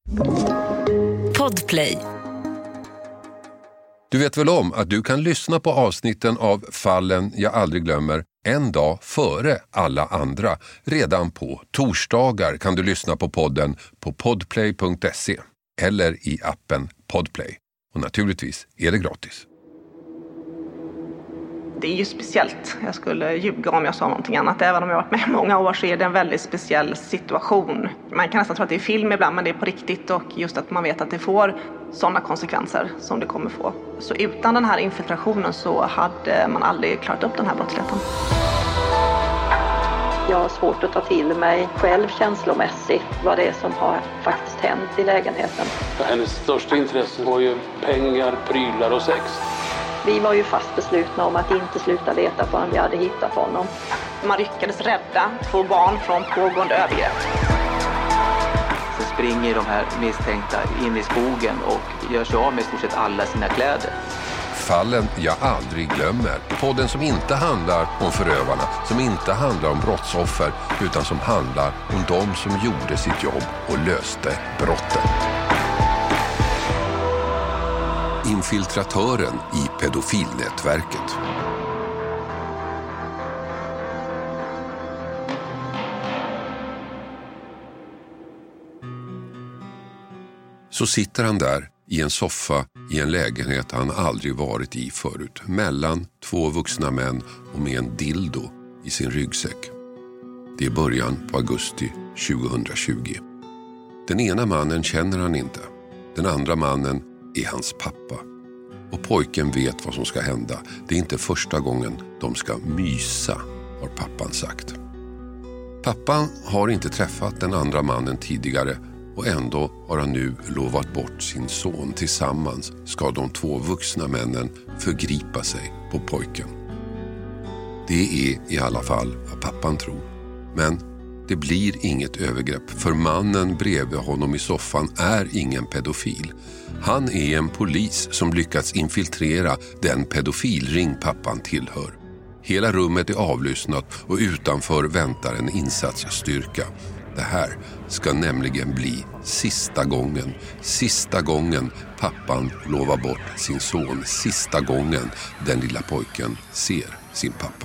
Podplay. Du vet väl om att du kan lyssna på avsnitten av Fallen jag aldrig glömmer en dag före alla andra. Redan på torsdagar kan du lyssna på podden på podplay.se eller i appen Podplay. Och naturligtvis är det gratis. Det är ju speciellt. Jag skulle ljuga om jag sa någonting annat. Även om jag har varit med i många år så är det en väldigt speciell situation. Man kan nästan tro att det är film ibland, men det är på riktigt. Och just att man vet att det får sådana konsekvenser som det kommer få. Så utan den här infiltrationen så hade man aldrig klarat upp den här brottsligheten. Jag har svårt att ta till mig själv känslomässigt vad det är som har faktiskt hänt i lägenheten. Hennes största intresse var ju pengar, prylar och sex. Vi var ju fast beslutna om att inte sluta leta förrän vi hade hittat honom. Man lyckades rädda 2 barn från pågående övergrepp. Så springer de här misstänkta in i skogen och gör sig av med i stort sett alla sina kläder. Fallen jag aldrig glömmer. Podden som inte handlar om förövarna, som inte handlar om brottsoffer, utan som handlar om de som gjorde sitt jobb och löste brotten. Infiltratören i pedofilnätverket. Så sitter han där i en soffa i en lägenhet han aldrig varit i förut. Mellan 2 vuxna män och med en dildo i sin ryggsäck. Det är början på augusti 2020. Den ena mannen känner han inte. Den andra mannen är hans pappa. Och pojken vet vad som ska hända. Det är inte första gången de ska mysa, har pappan sagt. Pappan har inte träffat den andra mannen tidigare och ändå har han nu lovat bort sin son. Tillsammans ska de 2 vuxna männen förgripa sig på pojken. Det är i alla fall vad pappan tror. Men det blir inget övergrepp, för mannen bredvid honom i soffan är ingen pedofil. Han är en polis som lyckats infiltrera den pedofilring pappan tillhör. Hela rummet är avlyssnat och utanför väntar en insatsstyrka. Det här ska nämligen bli sista gången pappan lovar bort sin son. Sista gången den lilla pojken ser sin pappa.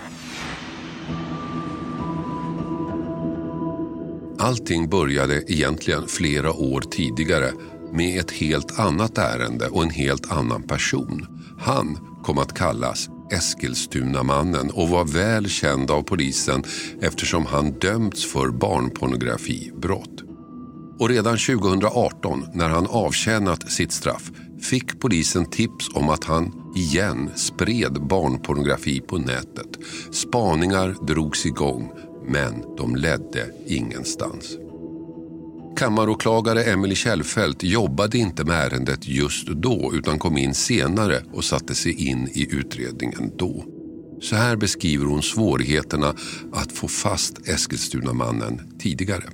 Allting började egentligen flera år tidigare med ett helt annat ärende och en helt annan person. Han kom att kallas Eskilstunamannen och var väl känd av polisen eftersom han dömts för barnpornografibrott. Och redan 2018, när han avtjänat sitt straff, fick polisen tips om att han igen spred barnpornografi på nätet. Spaningar drogs igång, men de ledde ingenstans. Kammaråklagare Emily Kjellfeldt jobbade inte med ärendet just då utan kom in senare och satte sig in i utredningen då. Så här beskriver hon svårigheterna att få fast Eskilstunamannen tidigare.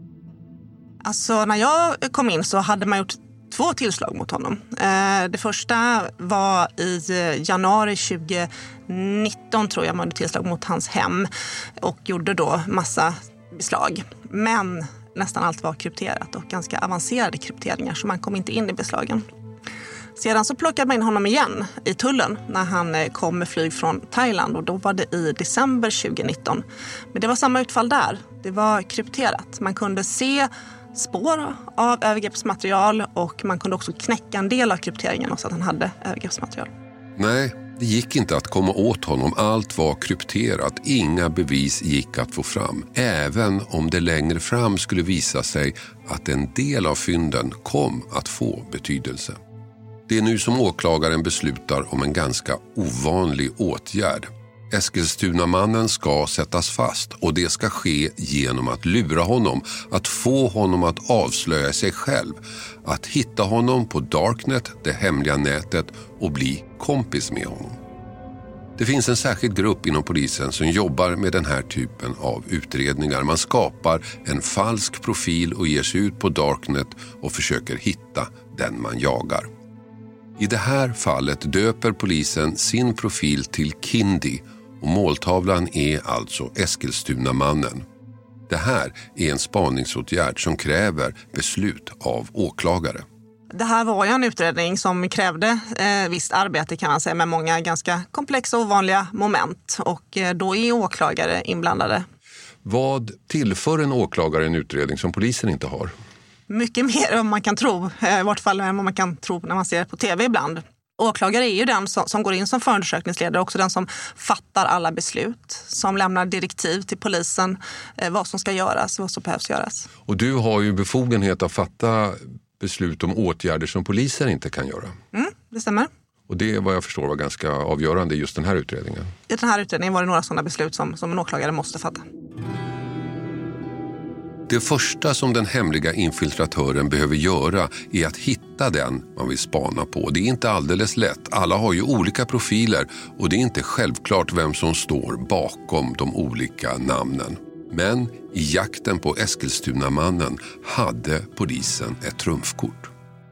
Alltså när jag kom in så hade man gjort 2 tillslag mot honom. Det första var i januari 2019 tror jag man hade tillslag mot hans hem och gjorde då massa beslag. Men nästan allt var krypterat och ganska avancerade krypteringar så man kom inte in i beslagen. Sedan så plockade man in honom igen i tullen när han kom med flyg från Thailand och då var det i december 2019. Men det var samma utfall där. Det var krypterat. Man kunde se spår av övergreppsmaterial och man kunde också knäcka en del av krypteringen så att han hade övergreppsmaterial. Nej, det gick inte att komma åt honom. Allt var krypterat. Inga bevis gick att få fram. Även om det längre fram skulle visa sig att en del av fynden kom att få betydelse. Det är nu som åklagaren beslutar om en ganska ovanlig åtgärd. Eskilstunamannen ska sättas fast och det ska ske genom att lura honom, att få honom att avslöja sig själv, att hitta honom på Darknet, det hemliga nätet, och bli kompis med honom. Det finns en särskild grupp inom polisen som jobbar med den här typen av utredningar. Man skapar en falsk profil och ger sig ut på Darknet och försöker hitta den man jagar. I det här fallet döper polisen sin profil till Kindy och måltavlan är alltså Eskilstunamannen. Det här är en spaningsåtgärd som kräver beslut av åklagare. Det här var ju en utredning som krävde visst arbete kan man säga med många ganska komplexa och ovanliga moment och då är åklagare inblandade. Vad tillför en åklagare en utredning som polisen inte har? Mycket mer än man kan tro, i vart fall än vad man kan tro när man ser på tv ibland. Åklagare är ju den som går in som förundersökningsledare, också den som fattar alla beslut, som lämnar direktiv till polisen vad som ska göras, vad som behövs göras. Och du har ju befogenhet att fatta beslut om åtgärder som polisen inte kan göra. Det stämmer. Och det vad jag förstår var ganska avgörande i just den här utredningen. I den här utredningen var det några sådana beslut som en åklagare måste fatta. Det första som den hemliga infiltratören behöver göra är att hitta den man vill spana på. Det är inte alldeles lätt. Alla har ju olika profiler och det är inte självklart vem som står bakom de olika namnen. Men i jakten på Eskilstuna-mannen hade polisen ett trumfkort.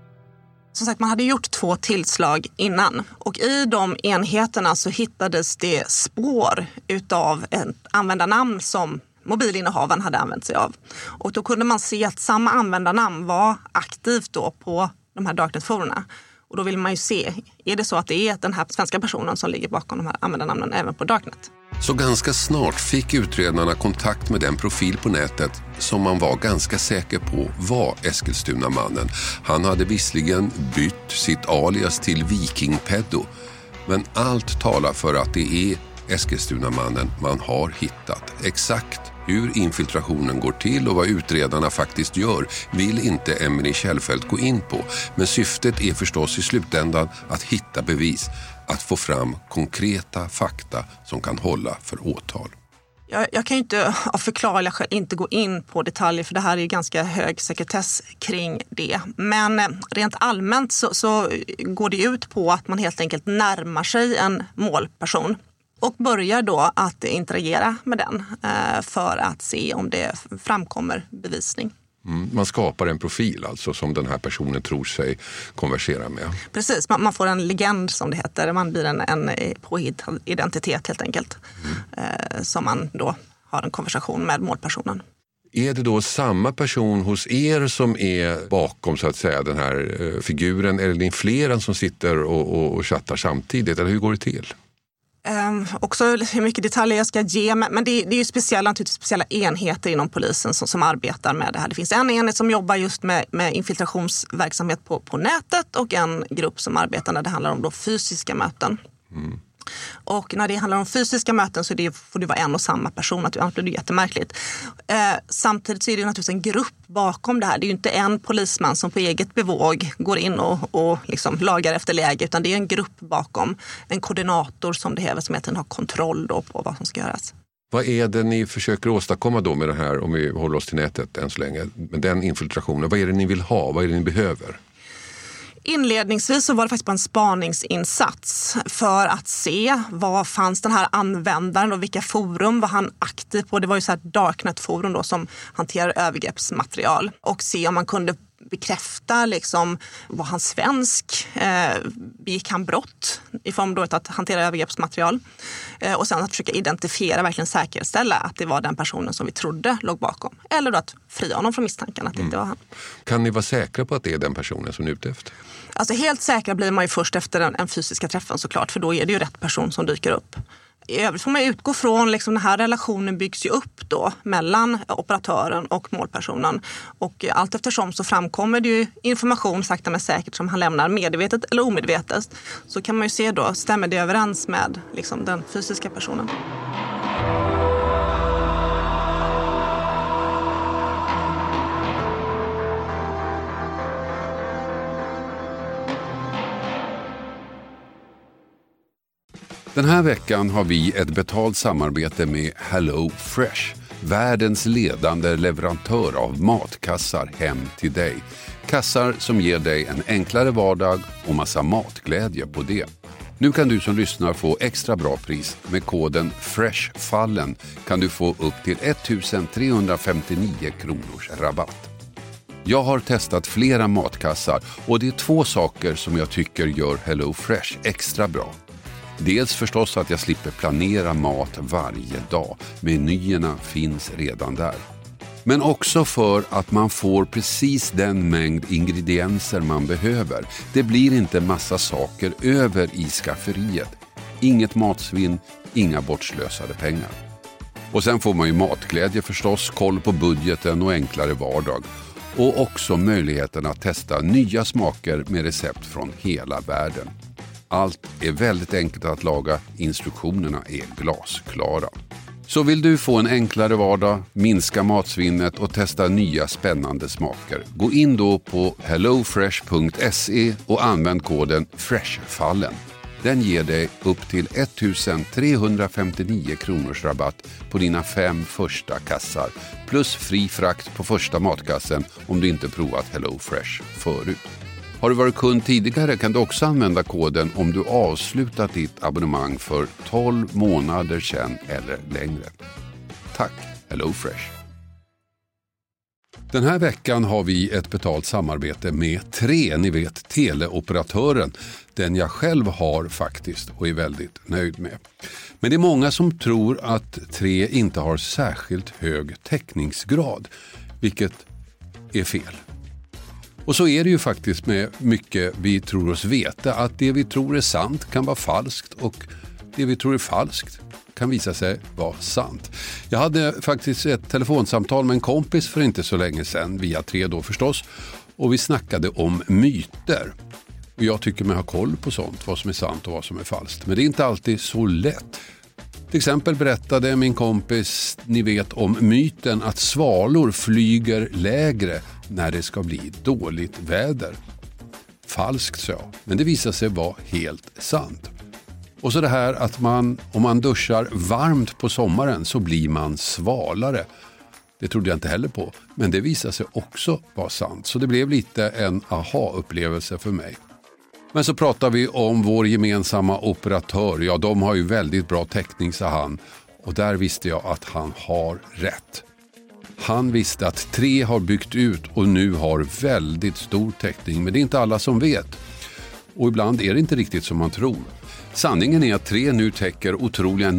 Som sagt, man hade gjort 2 tillslag innan och i de enheterna så hittades det spår utav ett användarnamn som mobilinnehavaren hade använt sig av. Och då kunde man se att samma användarnamn var aktivt då på de här Darknet-forumerna. Och då vill man ju se, är det så att det är den här svenska personen som ligger bakom de här användarnamnen även på Darknet? Så ganska snart fick utredarna kontakt med den profil på nätet som man var ganska säker på var Eskilstuna-mannen. Han hade visserligen bytt sitt alias till Vikingpeddo, men allt talar för att det är Eskilstuna-mannen man har hittat. Exakt hur infiltrationen går till och vad utredarna faktiskt gör vill inte Emelie Kjellfeldt gå in på. Men syftet är förstås i slutändan att hitta bevis, att få fram konkreta fakta som kan hålla för åtal. Jag kan ju inte av förklarliga skäl inte gå in på detaljer för det här är ju ganska hög sekretess kring det. Men rent allmänt så går det ut på att man helt enkelt närmar sig en målperson. Och börjar då att interagera med den för att se om det framkommer bevisning. Man skapar en profil alltså som den här personen tror sig konversera med. Precis, man får en legend som det heter. Man blir en påhittad identitet helt enkelt. Som man då har en konversation med målpersonen. Är det då samma person hos er som är bakom så att säga den här figuren eller är det flera som sitter och chattar samtidigt eller hur går det till? Också hur mycket detaljer jag ska ge, men det är ju speciella enheter inom polisen som arbetar med det här. Det finns en enhet som jobbar just med infiltrationsverksamhet på nätet och en grupp som arbetar när det handlar om då fysiska möten. Och när det handlar om fysiska möten så får det vara en och samma person, annars blir det jättemärkligt. Samtidigt så är det naturligtvis en grupp bakom det här. Det är ju inte en polisman som på eget bevåg går in och liksom lagar efter läge, utan det är en grupp bakom. En koordinator som det heter, som heter har kontroll då på vad som ska göras. Vad är det ni försöker åstadkomma då med det här, om vi håller oss till nätet än så länge, med den infiltrationen? Vad är det ni vill ha? Vad är det ni behöver? Inledningsvis så var det faktiskt bara en spaningsinsats för att se vad fanns den här användaren och vilka forum var han aktiv på. Det var ju så här Darknet-forum då som hanterar övergreppsmaterial och se om man kunde bekräfta liksom, var han svensk, begick han brott i form då att hantera övergreppsmaterial och sen att försöka identifiera, verkligen säkerställa att det var den personen som vi trodde låg bakom. Eller då att fria honom från misstanken att det inte var han. Kan ni vara säkra på att det är den personen som är ute efter? Alltså helt säkra blir man ju först efter den fysiska träffen såklart, för då är det ju rätt person som dyker upp. I övrigt får man utgå från liksom den här relationen byggs ju upp då mellan operatören och målpersonen. Och allt eftersom så framkommer det ju information sakta men säkert som han lämnar medvetet eller omedvetet. Så kan man ju se då, stämmer det överens med liksom den fysiska personen. Den här veckan har vi ett betalt samarbete med Hello Fresh, världens ledande leverantör av matkassar hem till dig. Kassar som ger dig en enklare vardag och massa matglädje på det. Nu kan du som lyssnar få extra bra pris. Med koden FRESHFALLEN kan du få upp till 1359 kronors rabatt. Jag har testat flera matkassar och det är 2 saker som jag tycker gör Hello Fresh extra bra. Dels förstås att jag slipper planera mat varje dag. Menyerna finns redan där. Men också för att man får precis den mängd ingredienser man behöver. Det blir inte massa saker över i skafferiet. Inget matsvinn, inga bortslösade pengar. Och sen får man ju matglädje förstås, koll på budgeten och enklare vardag. Och också möjligheten att testa nya smaker med recept från hela världen. Allt är väldigt enkelt att laga, instruktionerna är glasklara. Så vill du få en enklare vardag, minska matsvinnet och testa nya spännande smaker. Gå in då på hellofresh.se och använd koden FRESHFallen. Den ger dig upp till 1359 kronors rabatt på dina 5 första kassar. Plus fri frakt på första matkassen om du inte provat HelloFresh förut. Har du varit kund tidigare kan du också använda koden om du avslutat ditt abonnemang för 12 månader sedan eller längre. Tack HelloFresh. Den här veckan har vi ett betalt samarbete med 3, ni vet teleoperatören. Den jag själv har faktiskt och är väldigt nöjd med. Men det är många som tror att 3 inte har särskilt hög täckningsgrad, vilket är fel. Och så är det ju faktiskt med mycket vi tror oss veta, att det vi tror är sant kan vara falskt och det vi tror är falskt kan visa sig vara sant. Jag hade faktiskt ett telefonsamtal med en kompis för inte så länge sedan, via 3 då förstås, och vi snackade om myter. Och jag tycker mig ha koll på sånt, vad som är sant och vad som är falskt. Men det är inte alltid så lätt. Till exempel berättade min kompis, ni vet, om myten att svalor flyger lägre när det ska bli dåligt väder. Falskt så, men det visar sig vara helt sant. Och så det här att om man duschar varmt på sommaren så blir man svalare. Det trodde jag inte heller på, men det visar sig också vara sant. Så det blev lite en aha-upplevelse för mig. Men så pratar vi om vår gemensamma operatör. Ja, de har ju väldigt bra täckning, sa han. Och där visste jag att han har rätt. Han visste att 3 har byggt ut och nu har väldigt stor täckning. Men det är inte alla som vet. Och ibland är det inte riktigt som man tror. Sanningen är att 3 nu täcker otroliga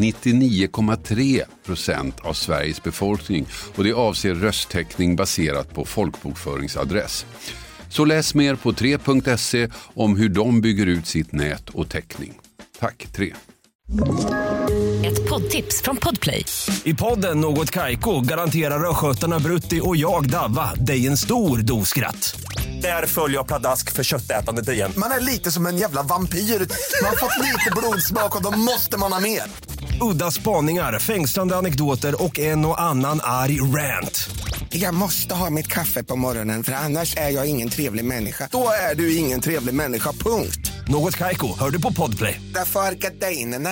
99,3% av Sveriges befolkning. Och det avser rösttäckning baserat på folkbokföringsadress. Så läs mer på 3.se om hur de bygger ut sitt nät och täckning. Tack 3. Ett poddtips från Podplay. I podden Något Kaiko garanterar röskötarna Brutti och jag Davva dig en stor doskratt. Där följer jag pladask för köttätandet igen. Man är lite som en jävla vampyr. Man har fått lite blodsmak och då måste man ha mer. Udda spaningar, fängslande anekdoter och en och annan arg rant. Jag måste ha mitt kaffe på morgonen för annars är jag ingen trevlig människa. Då är du ingen trevlig människa, punkt. Något Kaiko, hör du på Podplay. Därför är gardinerna.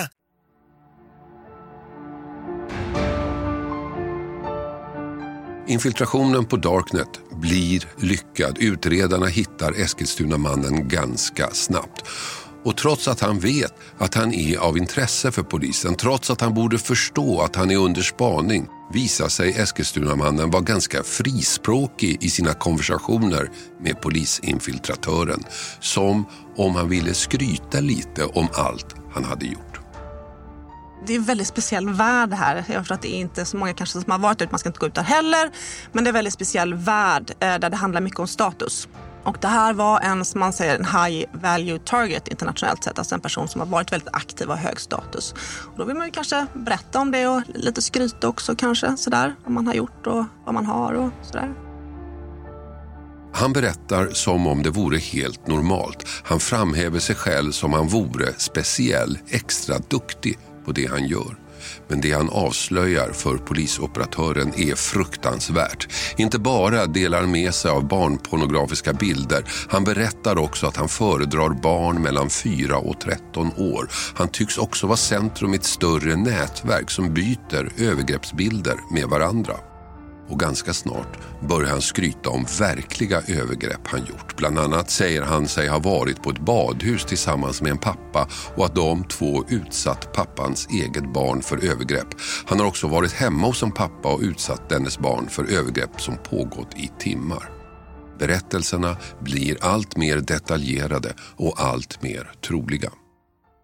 Infiltrationen på Darknet blir lyckad. Utredarna hittar Eskilstuna-mannen ganska snabbt. Och trots att han vet att han är av intresse för polisen, trots att han borde förstå att han är under spaning, visar sig Eskilstuna-mannen vara ganska frispråkig i sina konversationer med polisinfiltratören. Som om han ville skryta lite om allt han hade gjort. Det är en väldigt speciell värld här. Jag förstår att det är inte så många kanske som har varit ut. Man ska inte gå ut där heller. Men det är en väldigt speciell värld där det handlar mycket om status. Och det här var en, som man säger, en high value target internationellt sett. Alltså en person som har varit väldigt aktiv och hög status. Och då vill man ju kanske berätta om det och lite skryta också kanske. Sådär, vad man har gjort och vad man har och sådär. Han berättar som om det vore helt normalt. Han framhäver sig själv som han vore speciell, extra duktig på det han gör. Men det han avslöjar för polisoperatören är fruktansvärt. Inte bara delar med sig av barnpornografiska bilder. Han berättar också att han föredrar barn mellan 4 och 13 år. Han tycks också vara centrum i ett större nätverk som byter övergreppsbilder med varandra. Och ganska snart börjar han skryta om verkliga övergrepp han gjort. Bland annat säger han sig ha varit på ett badhus tillsammans med en pappa och att de 2 utsatt pappans eget barn för övergrepp. Han har också varit hemma hos en pappa och utsatt dennes barn för övergrepp som pågått i timmar. Berättelserna blir allt mer detaljerade och allt mer troliga.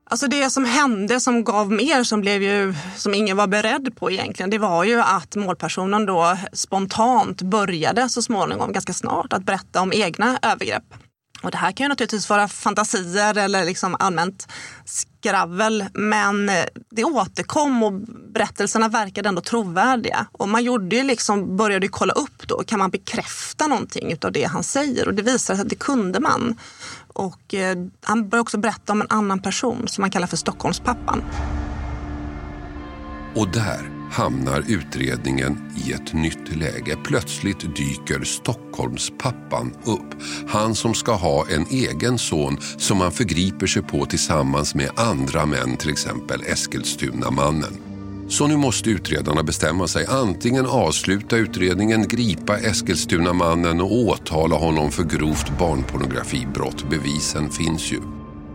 Alltså det som hände som gav mer, som ingen var beredd på egentligen, det var ju att målpersonen då spontant började så småningom ganska snart att berätta om egna övergrepp. Och det här kan ju naturligtvis vara fantasier eller liksom allmänt skravel, men det återkom och berättelserna verkade ändå trovärdiga. Och man började kolla upp då, kan man bekräfta någonting utav det han säger? Och det visade sig att det kunde man. Och han började också berätta om en annan person som man kallar för Stockholmspappan. Och där hamnar utredningen i ett nytt läge. Plötsligt dyker Stockholmspappan upp. Han som ska ha en egen son som han förgriper sig på tillsammans med andra män, till exempel Eskilstuna-mannen. Så nu måste utredarna bestämma sig. Antingen avsluta utredningen, gripa Eskilstuna-mannen och åtala honom för grovt barnpornografibrott. Bevisen finns ju.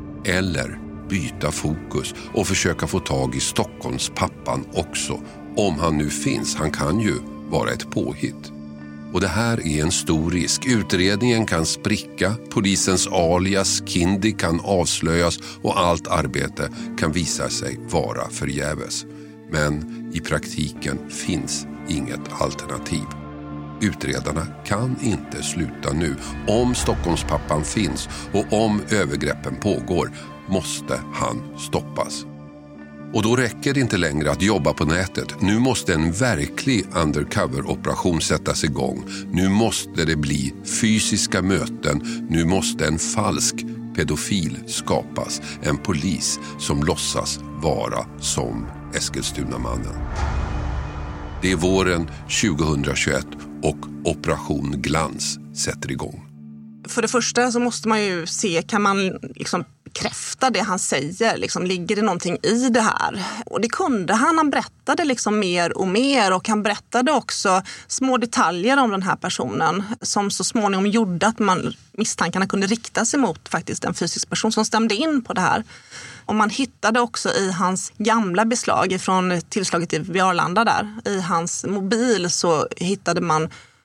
Eller byta fokus och försöka få tag i Stockholmspappan också. Om han nu finns, han kan ju vara ett påhitt. Och det här är en stor risk. Utredningen kan spricka, polisens alias Kindy kan avslöjas och allt arbete kan visa sig vara förgäves. Men i praktiken finns inget alternativ. Utredarna kan inte sluta nu. Om Stockholmspappan finns och om övergreppen pågår måste han stoppas. Och då räcker det inte längre att jobba på nätet. Nu måste en verklig undercover-operation sättas igång. Nu måste det bli fysiska möten. Nu måste en falsk pedofil skapas. En polis som låtsas vara som Eskilstuna-mannen. Det är våren 2021 och Operation Glans sätter igång. För det första så måste man ju se, kan man liksom bekräfta det han säger? Liksom, ligger det någonting i det här? Och det kunde han. Han berättade liksom mer och mer, och han berättade också små detaljer om den här personen som så småningom gjorde att misstankarna kunde rikta sig mot faktiskt en fysisk person som stämde in på det här. Och man hittade också i hans gamla beslag från tillslaget vid Arlanda där, i hans mobil så hittade man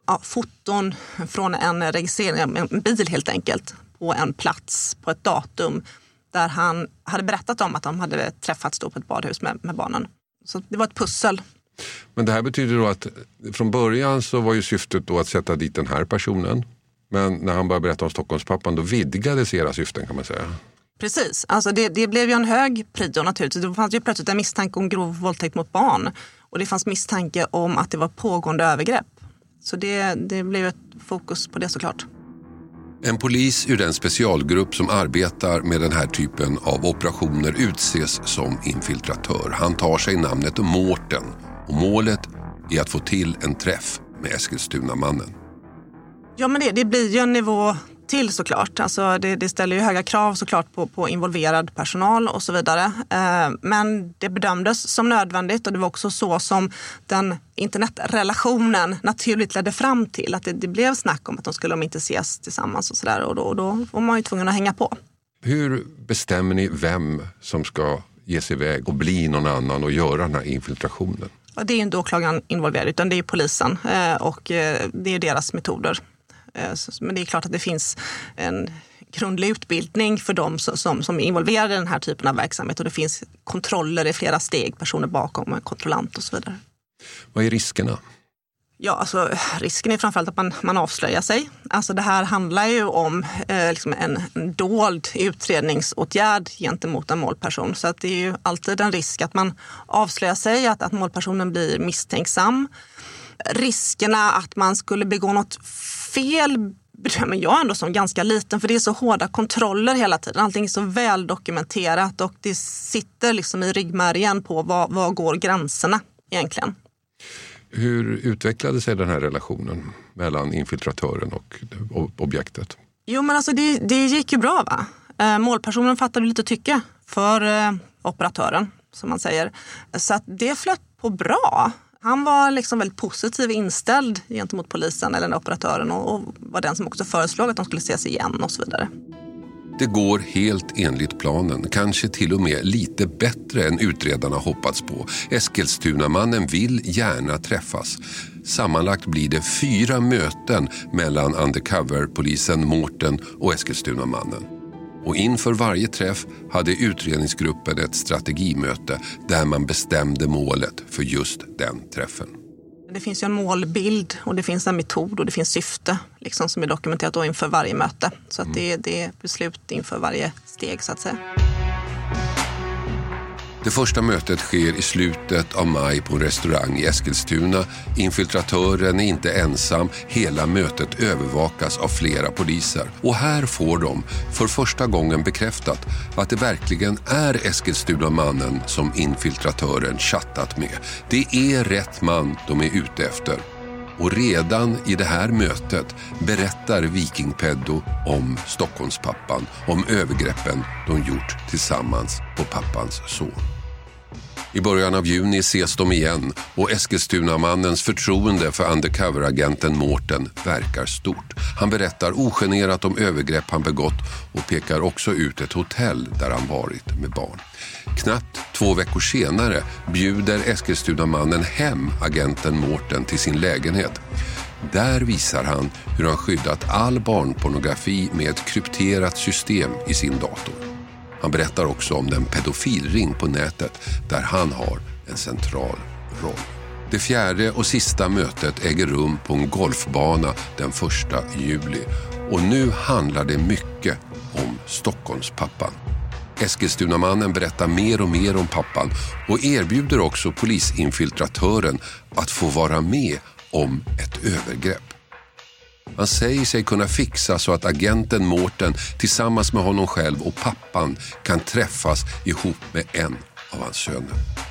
foton från en registrering, en bil helt enkelt, på en plats, på ett datum där han hade berättat om att de hade träffats då på ett badhus med barnen. Så det var ett pussel. Men det här betyder då att från början så var ju syftet då att sätta dit den här personen. Men när han började berätta om Stockholmspappan, då vidgades era syften, kan man säga. Precis, alltså det blev ju en hög prio naturligtvis. Det fanns ju plötsligt en misstanke om grov våldtäkt mot barn. Och det fanns misstanke om att det var pågående övergrepp. Så det blev ett fokus på det såklart. En polis ur den specialgrupp som arbetar med den här typen av operationer utses som infiltratör. Han tar sig namnet Mårten och målet är att få till en träff med Eskilstuna-mannen. Ja, men det blir ju en nivå till såklart. Alltså det ställer ju höga krav såklart på involverad personal och så vidare. Men det bedömdes som nödvändigt, och det var också så som den internetrelationen naturligt ledde fram till. Att det blev snack om att de skulle inte ses tillsammans och sådär. Och då var man ju tvungen att hänga på. Hur bestämmer ni vem som ska ge sig iväg och bli någon annan och göra den här infiltrationen? Ja, det är ju inte åklagaren involverad, utan det är polisen och det är deras metoder. Men det är klart att det finns en grundlig utbildning för dem som är involverade i den här typen av verksamhet, och det finns kontroller i flera steg, personer bakom, en kontrollant och så vidare. Vad är riskerna? Ja, alltså risken är framförallt att man avslöjar sig. Alltså det här handlar ju om liksom en dold utredningsåtgärd gentemot en målperson. Så att det är ju alltid en risk att man avslöjar sig, att målpersonen blir misstänksam. Riskerna att man skulle begå något fel bedömer jag ändå som ganska liten, för det är så hårda kontroller hela tiden. Allting är så väl dokumenterat, och det sitter liksom i ryggmärgen på vad går gränserna egentligen. Hur utvecklade sig den här relationen mellan infiltratören och objektet? Jo, men alltså det gick ju bra, va? Målpersonen fattade lite tycke för operatören, som man säger. Så att det flöt på bra. Han var liksom väldigt positiv inställd gentemot polisen eller operatören, och var den som också föreslog att de skulle ses igen och så vidare. Det går helt enligt planen, kanske till och med lite bättre än utredarna hoppats på. Eskilstuna-mannen vill gärna träffas. Sammanlagt blir det 4 möten mellan undercover-polisen Mårten och Eskilstuna-mannen. Och inför varje träff hade utredningsgruppen ett strategimöte där man bestämde målet för just den träffen. Det finns ju en målbild och det finns en metod och det finns syfte liksom, som är dokumenterat då inför varje möte. Så att det är beslut inför varje steg så att säga. Det första mötet sker i slutet av maj på en restaurang i Eskilstuna. Infiltratören är inte ensam. Hela mötet övervakas av flera poliser. Och här får de för första gången bekräftat att det verkligen är Eskilstuna-mannen som infiltratören chattat med. Det är rätt man de är ute efter. Och redan i det här mötet berättar Viking Peddo om Stockholmspappan, om övergreppen de gjort tillsammans på pappans son. I början av juni ses de igen och Eskilstuna-mannens förtroende för undercover-agenten Mårten verkar stort. Han berättar ogenerat om övergrepp han begått och pekar också ut ett hotell där han varit med barn. Knappt 2 veckor senare bjuder Eskilstuna-mannen hem agenten Mårten till sin lägenhet. Där visar han hur han skyddat all barnpornografi med ett krypterat system i sin dator. Han berättar också om den pedofilring på nätet där han har en central roll. Det 4:e och sista mötet äger rum på en golfbana den 1 juli. Och nu handlar det mycket om Stockholmspappan. Eskilstuna-mannen berättar mer och mer om pappan och erbjuder också polisinfiltratören att få vara med om ett övergrepp. Han säger sig kunna fixa så att agenten Mårten tillsammans med honom själv och pappan kan träffas ihop med en av hans söner.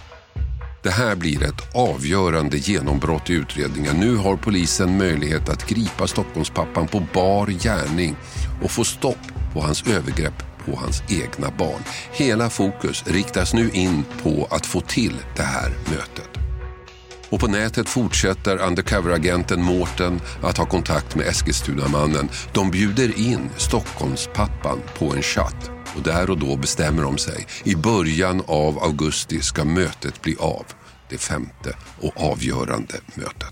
Det här blir ett avgörande genombrott i utredningen. Nu har polisen möjlighet att gripa Stockholmspappan på bar gärning och få stopp på hans övergrepp på hans egna barn. Hela fokus riktas nu in på att få till det här mötet. Och på nätet fortsätter undercover-agenten Mårten att ha kontakt med Eskilstuna-mannen. De bjuder in Stockholmspappan på en chatt och där och då bestämmer de sig. I början av augusti ska mötet bli av, det 5:e och avgörande mötet.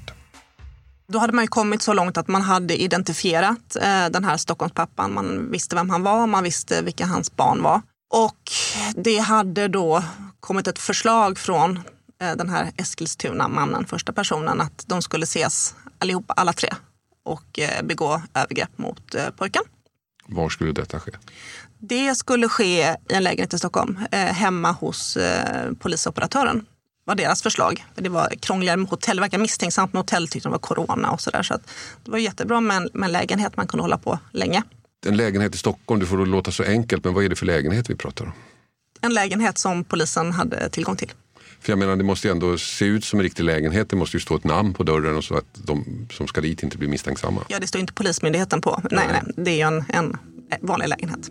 Då hade man ju kommit så långt att man hade identifierat den här Stockholmspappan. Man visste vem han var, man visste vilka hans barn var. Och det hade då kommit ett förslag från den här Eskilstuna-mannen, första personen, att de skulle ses allihopa, alla 3 och begå övergrepp mot pojken. Var skulle detta ske? Det skulle ske i en lägenhet i Stockholm, hemma hos polisoperatören. Var deras förslag. Det var krångligare med hotell, det verkar misstänksamt med hotell, tyckte de var corona och sådär. Så att det var jättebra med en lägenhet man kunde hålla på länge. En lägenhet i Stockholm, du får då låta så enkelt, men vad är det för lägenhet vi pratar om? En lägenhet som polisen hade tillgång till. För jag menar, det måste ju ändå se ut som en riktig lägenhet. Det måste ju stå ett namn på dörren och så att de som ska dit inte blir misstänksamma. Ja, det står inte polismyndigheten på. Nej, det är ju en vanlig lägenhet.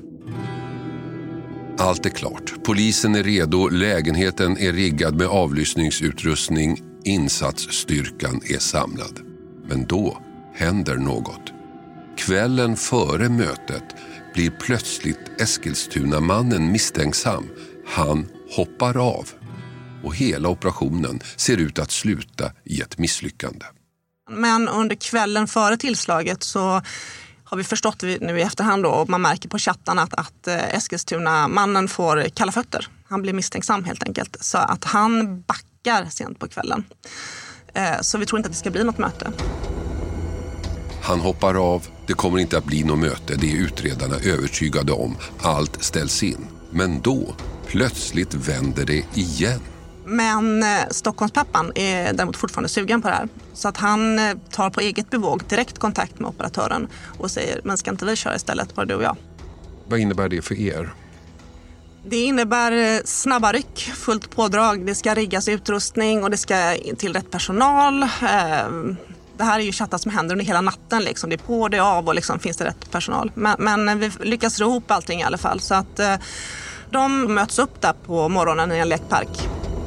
Allt är klart. Polisen är redo, lägenheten är riggad med avlyssningsutrustning, insatsstyrkan är samlad. Men då händer något. Kvällen före mötet blir plötsligt Eskilstuna-mannen misstänksam. Han hoppar av. Och hela operationen ser ut att sluta i ett misslyckande. Men under kvällen före tillslaget så har vi förstått nu i efterhand då, och man märker på chatten att Eskilstuna-mannen får kalla fötter. Han blir misstänksam helt enkelt. Så att han backar sent på kvällen. Så vi tror inte att det ska bli något möte. Han hoppar av, det kommer inte att bli något möte, det är utredarna övertygade om. Allt ställs in. Men då, plötsligt vänder det igen. Men Stockholmspappan är däremot fortfarande sugen på det här. Så att han tar på eget bevåg direkt kontakt med operatören och säger, men ska inte vi köra istället, bara du och jag? Vad innebär det för er? Det innebär snabba ryck, fullt pådrag. Det ska riggas utrustning och det ska till rätt personal. Det här är ju chattar som händer under hela natten. Liksom. Det är på, det är av och liksom finns det rätt personal. Men vi lyckas ro ihop allting i alla fall. Så att de möts upp där på morgonen i en lekpark.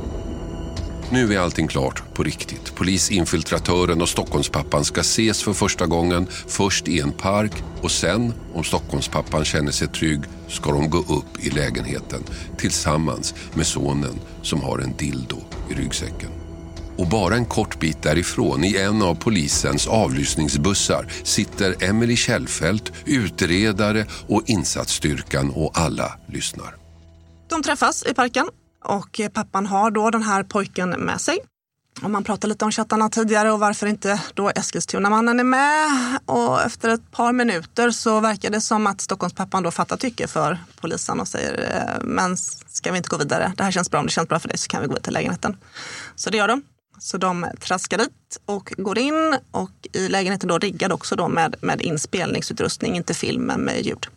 Nu är allting klart på riktigt. Polisinfiltratören och Stockholmspappan ska ses för första gången. Först i en park och sen, om Stockholmspappan känner sig trygg, ska de gå upp i lägenheten tillsammans med sonen som har en dildo i ryggsäcken. Och bara en kort bit därifrån, i en av polisens avlyssningsbussar, sitter Emily Kjellfelt, utredare och insatsstyrkan, och alla lyssnar. De träffas i parken och pappan har då den här pojken med sig. Och man pratade lite om chattarna tidigare och varför inte då Eskilstuna-mannen är med. Och efter ett par minuter så verkar det som att Stockholmspappan då fattar tycke för polisen och säger men ska vi inte gå vidare? Det här känns bra, om det känns bra för dig så kan vi gå vidare till lägenheten. Så det gör de. Så de traskar dit och går in, och i lägenheten då riggad också då med inspelningsutrustning, inte film men med ljud.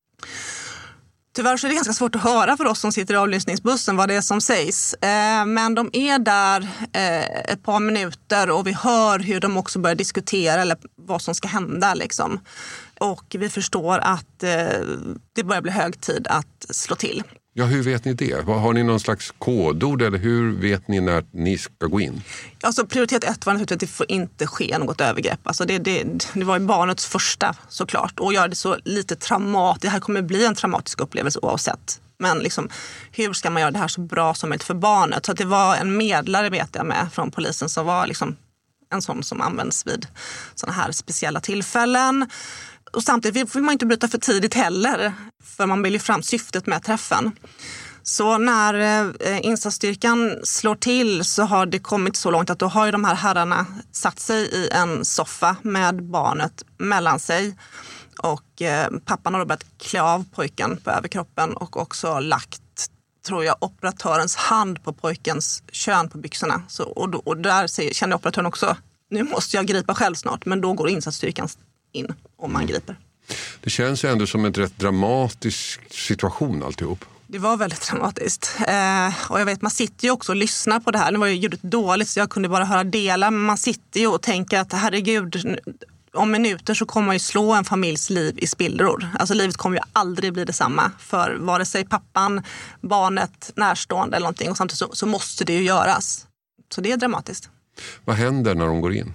Tyvärr så är det ganska svårt att höra för oss som sitter i avlyssningsbussen vad det är som sägs. Men de är där ett par minuter och vi hör hur de också börjar diskutera eller vad som ska hända liksom. Och vi förstår att det börjar bli hög tid att slå till. Ja, hur vet ni det? Har ni någon slags kodord eller hur vet ni när ni ska gå in? Alltså prioritet 1 var naturligtvis att det får inte ske något övergrepp. Alltså det var ju barnets första såklart. Och göra det så lite traumatiskt. Det här kommer bli en traumatisk upplevelse oavsett. Men liksom, hur ska man göra det här så bra som möjligt för barnet? Så att det var en medlare vet jag med från polisen som var liksom en sån som används vid såna här speciella tillfällen. Och samtidigt vill man inte bryta för tidigt heller, för man vill ju fram syftet med träffen. Så när insatsstyrkan slår till så har det kommit så långt att då har ju de här herrarna satt sig i en soffa med barnet mellan sig. Och pappan har då börjat klä av pojken på överkroppen och också lagt, tror jag, operatörens hand på pojkens kön på byxorna. Så, och där känner operatören också, nu måste jag gripa själv snart, men då går insatsstyrkan in om man griper. Det känns ju ändå som en rätt dramatisk situation alltihop. Det var väldigt dramatiskt. Och jag vet, man sitter ju också och lyssnar på det här. Nu var ju ljudet dåligt så jag kunde bara höra delar. Men man sitter ju och tänker att herregud, om minuter så kommer man ju slå en familjs liv i spillror. Alltså livet kommer ju aldrig bli detsamma för vare sig pappan, barnet, närstående eller någonting. Och samtidigt så måste det ju göras. Så det är dramatiskt. Vad händer när de går in?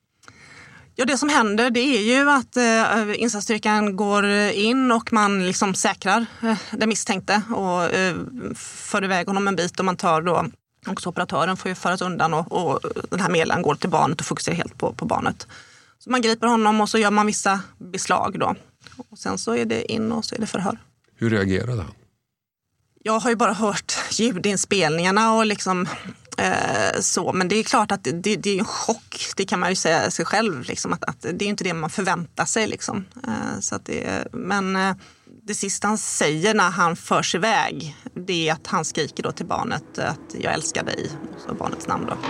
Ja, det som händer det är ju att insatsstyrkan går in och man liksom säkrar den misstänkte och för iväg honom en bit och man tar då också operatören får ju föras undan och den här medlaren går till barnet och fokuserar helt på barnet. Så man griper honom och så gör man vissa beslag då. Och sen så är det in och så är det förhör. Hur reagerade han? Jag har ju bara hört ljudinspelningarna och liksom så, men det är klart att det är en chock, det kan man ju säga sig själv liksom, att det är inte det man förväntar sig liksom. Så att men det sista han säger när han förs iväg, det är att han skriker då till barnet att jag älskar dig, och så barnets namn då.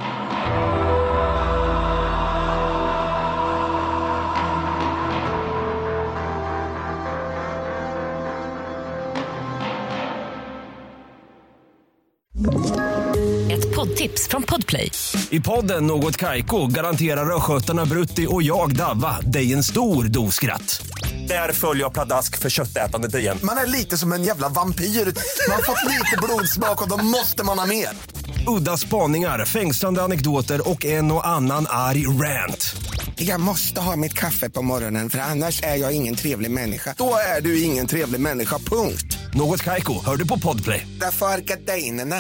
Ett poddtips från Podplay. I podden Något Kaiko garanterar röskötarna Brutti och jag Davva dig en stor doskratt. Där följer jag pladask för köttätandet igen. Man är lite som en jävla vampyr. Man har fått lite blodsmak och då måste man ha mer. Udda spaningar, fängslande anekdoter och en och annan arg rant. Jag måste ha mitt kaffe på morgonen för annars är jag ingen trevlig människa. Då är du ingen trevlig människa, punkt. Något Kaiko, hör du på Podplay. Därför är gardinerna.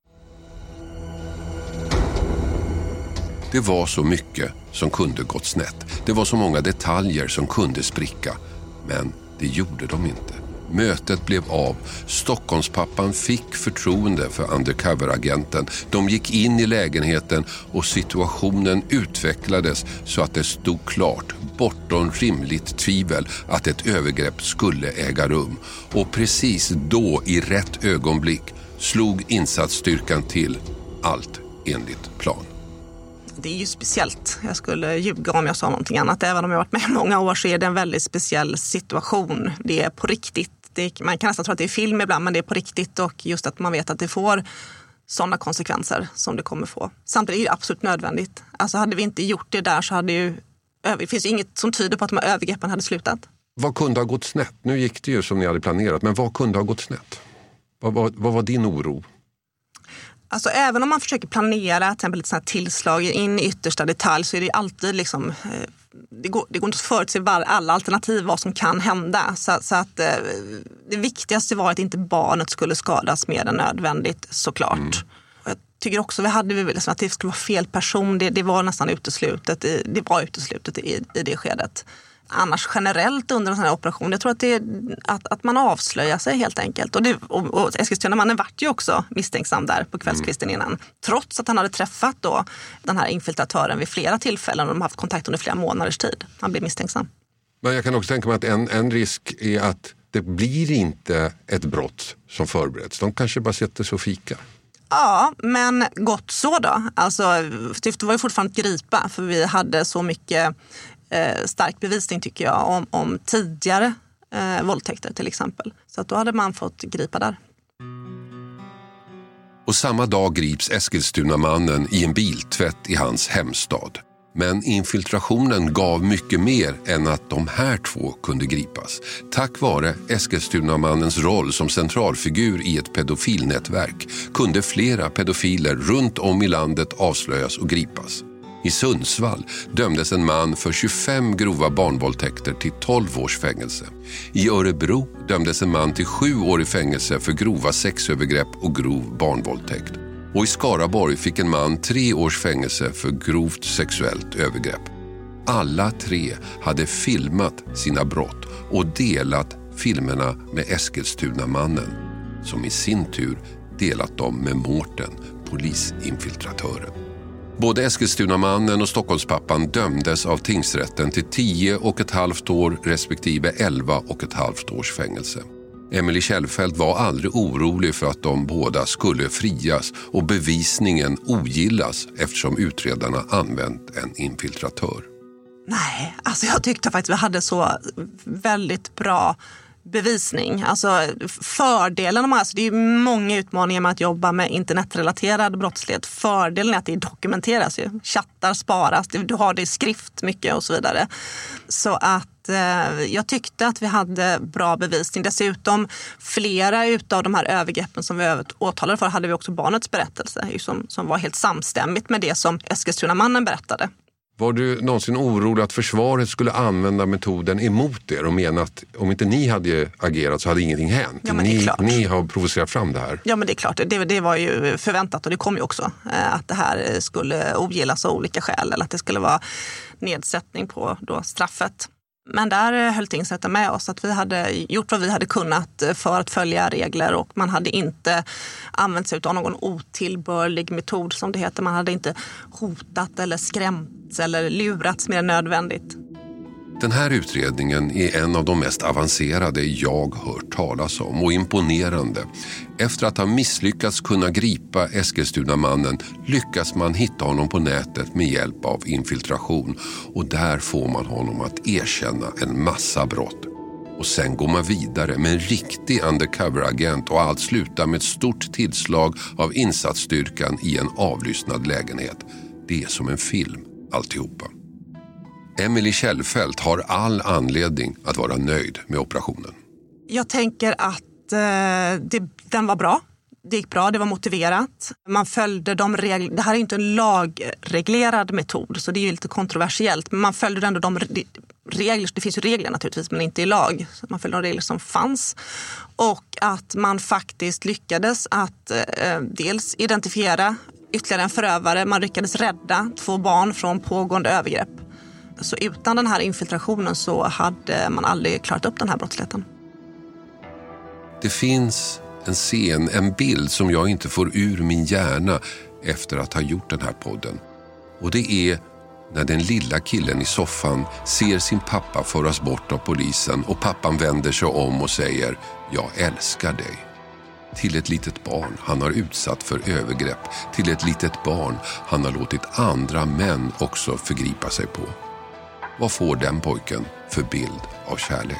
Det var så mycket som kunde gått snett. Det var så många detaljer som kunde spricka. Men det gjorde de inte. Mötet blev av. Stockholmspappan fick förtroende för undercover-agenten. De gick in i lägenheten och situationen utvecklades så att det stod klart, bortom rimligt tvivel, att ett övergrepp skulle äga rum. Och precis då, i rätt ögonblick, slog insatsstyrkan till, allt enligt plan. Det är ju speciellt. Jag skulle ljuga om jag sa någonting annat. Även om jag har varit med i många år så är det en väldigt speciell situation. Det är på riktigt. Man kan nästan tro att det är film ibland, men det är på riktigt. Och just att man vet att det får sådana konsekvenser som det kommer få. Samtidigt är det absolut nödvändigt. Alltså hade vi inte gjort det där så hade ju... Det finns ju inget som tyder på att de här övergreppen hade slutat. Vad kunde ha gått snett? Nu gick det ju som ni hade planerat, men vad kunde ha gått snett? Vad var din oro? Alltså även om man försöker planera till exempel ett sånt här tillslag in i yttersta detalj så är det alltid liksom, det går inte att förutse alla alternativ vad som kan hända. Så att det viktigaste var att inte barnet skulle skadas mer än nödvändigt såklart. Jag tycker också vi hade liksom att det skulle vara fel person. Det var nästan uteslutet. Det var uteslutet i det skedet. Annars generellt under en sån här operation, jag tror att det är att man avslöjar sig helt enkelt. Och Eskilstuna-mannen vart ju också misstänksam där på kvällskvisten innan. Trots att han hade träffat då den här infiltratören vid flera tillfällen och de har haft kontakt under flera månaders tid. Han blev misstänksam. Men jag kan också tänka mig att en risk är att det blir inte ett brott som förbereds. De kanske bara sätter sig och fikar. Ja, men gott så då. Alltså, syftet var ju fortfarande att gripa för vi hade så mycket stark bevisning tycker jag om tidigare våldtäkter till exempel. Så att då hade man fått gripa där. Och samma dag grips Eskilstuna-mannen i en biltvätt i hans hemstad. Men infiltrationen gav mycket mer än att de här två kunde gripas. Tack vare Eskilstuna-mannens roll som centralfigur i ett pedofilnätverk kunde flera pedofiler runt om i landet avslöjas och gripas. I Sundsvall dömdes en man för 25 grova barnvåldtäkter till 12 års fängelse. I Örebro dömdes en man till 7 år i fängelse för grova sexövergrepp och grov barnvåldtäkt. Och i Skaraborg fick en man 3 års fängelse för grovt sexuellt övergrepp. Alla 3 hade filmat sina brott och delat filmerna med Eskilstuna-mannen, som i sin tur delat dem med Mårten, polisinfiltratören. Både Eskilstuna-mannen och Stockholmspappan dömdes av tingsrätten till 10,5 år respektive 11,5 års fängelse. Emily Kjellfeldt var aldrig orolig för att de båda skulle frias och bevisningen ogillas eftersom utredarna använt en infiltratör. Nej, alltså jag tyckte faktiskt vi hade så väldigt bra bevisning. Alltså fördelen med, alltså det är många utmaningar med att jobba med internetrelaterad brottslighet. Fördelen är att det dokumenteras ju. Chattar sparas, du har det i skrift mycket och så vidare. Så att jag tyckte att vi hade bra bevisning. Dessutom flera utav de här övergreppen som vi åtalade för hade vi också barnets berättelse som var helt samstämmigt med det som Eskilstuna-mannen berättade. Var du någonsin orolig att försvaret skulle använda metoden emot er och mena att om inte ni hade agerat så hade ingenting hänt? Ja, men det är klart. Ni har provocerat fram det här. Ja, men det är klart. Det var ju förväntat och det kom ju också att det här skulle ogillas av olika skäl eller att det skulle vara nedsättning på då straffet. Men där höll tingsrätten med oss att vi hade gjort vad vi hade kunnat för att följa regler och man hade inte använt sig av någon otillbörlig metod som det heter. Man hade inte hotat eller skrämt eller lurats mer än nödvändigt. Den här utredningen är en av de mest avancerade jag hört talas om och imponerande. Efter att ha misslyckats kunna gripa Eskilstuna-mannen lyckas man hitta honom på nätet med hjälp av infiltration och där får man honom att erkänna en massa brott. Och sen går man vidare med en riktig undercover-agent och allt slutar med ett stort tillslag av insatsstyrkan i en avlyssnad lägenhet. Det är som en film, alltihopa. Emily Kjellfeldt har all anledning att vara nöjd med operationen. Jag tänker att den var bra. Det gick bra, det var motiverat. Man följde de regler. Det här är inte en lagreglerad metod så det är ju lite kontroversiellt. Men man följde ändå de regler. Det finns ju regler naturligtvis men inte i lag. Så man följde de regler som fanns. Och att man faktiskt lyckades att dels identifiera ytterligare en förövare. Man lyckades rädda 2 barn från pågående övergrepp. Så utan den här infiltrationen så hade man aldrig klarat upp den här brottsligheten. Det finns en scen, en bild som jag inte får ur min hjärna efter att ha gjort den här podden. Och det är när den lilla killen i soffan ser sin pappa föras bort av polisen och pappan vänder sig om och säger "Jag älskar dig". Till ett litet barn han har utsatt för övergrepp. Till ett litet barn han har låtit andra män också förgripa sig på. Vad får den pojken för bild av kärlek?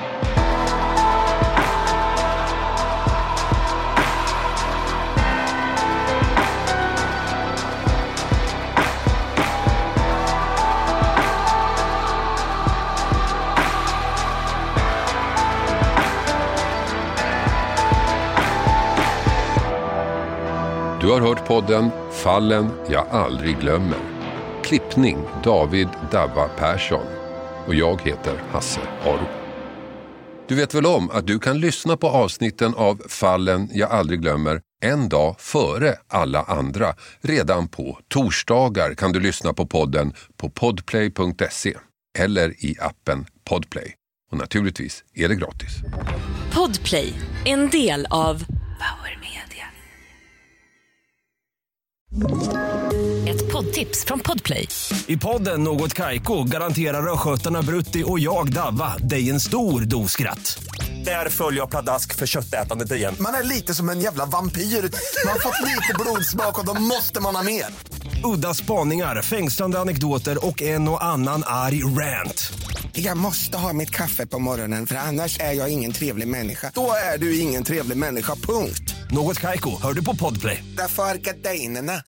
Du har hört podden Fallen jag aldrig glömmer. Klippning David Davva Persson. Och jag heter Hasse Aro. Du vet väl om att du kan lyssna på avsnitten av Fallen jag aldrig glömmer En dag före alla andra. Redan på torsdagar kan du lyssna på podden på podplay.se eller i appen Podplay. Och naturligtvis är det gratis. Podplay, en del av Power Media. Ett poddtips från Podplay. I podden Något Kaiko garanterar röskötarna Brutti och jag Davva dig en stor doskratt. Där följer jag pladask för köttätandet igen. Man är lite som en jävla vampyr. Man har fått lite blodsmak och då måste man ha mer. Udda spaningar, fängslande anekdoter och en och annan arg rant. Jag måste ha mitt kaffe på morgonen för annars är jag ingen trevlig människa. Då är du ingen trevlig människa, punkt. Något Kaiko, hör du på Podplay. Därför är gardinerna.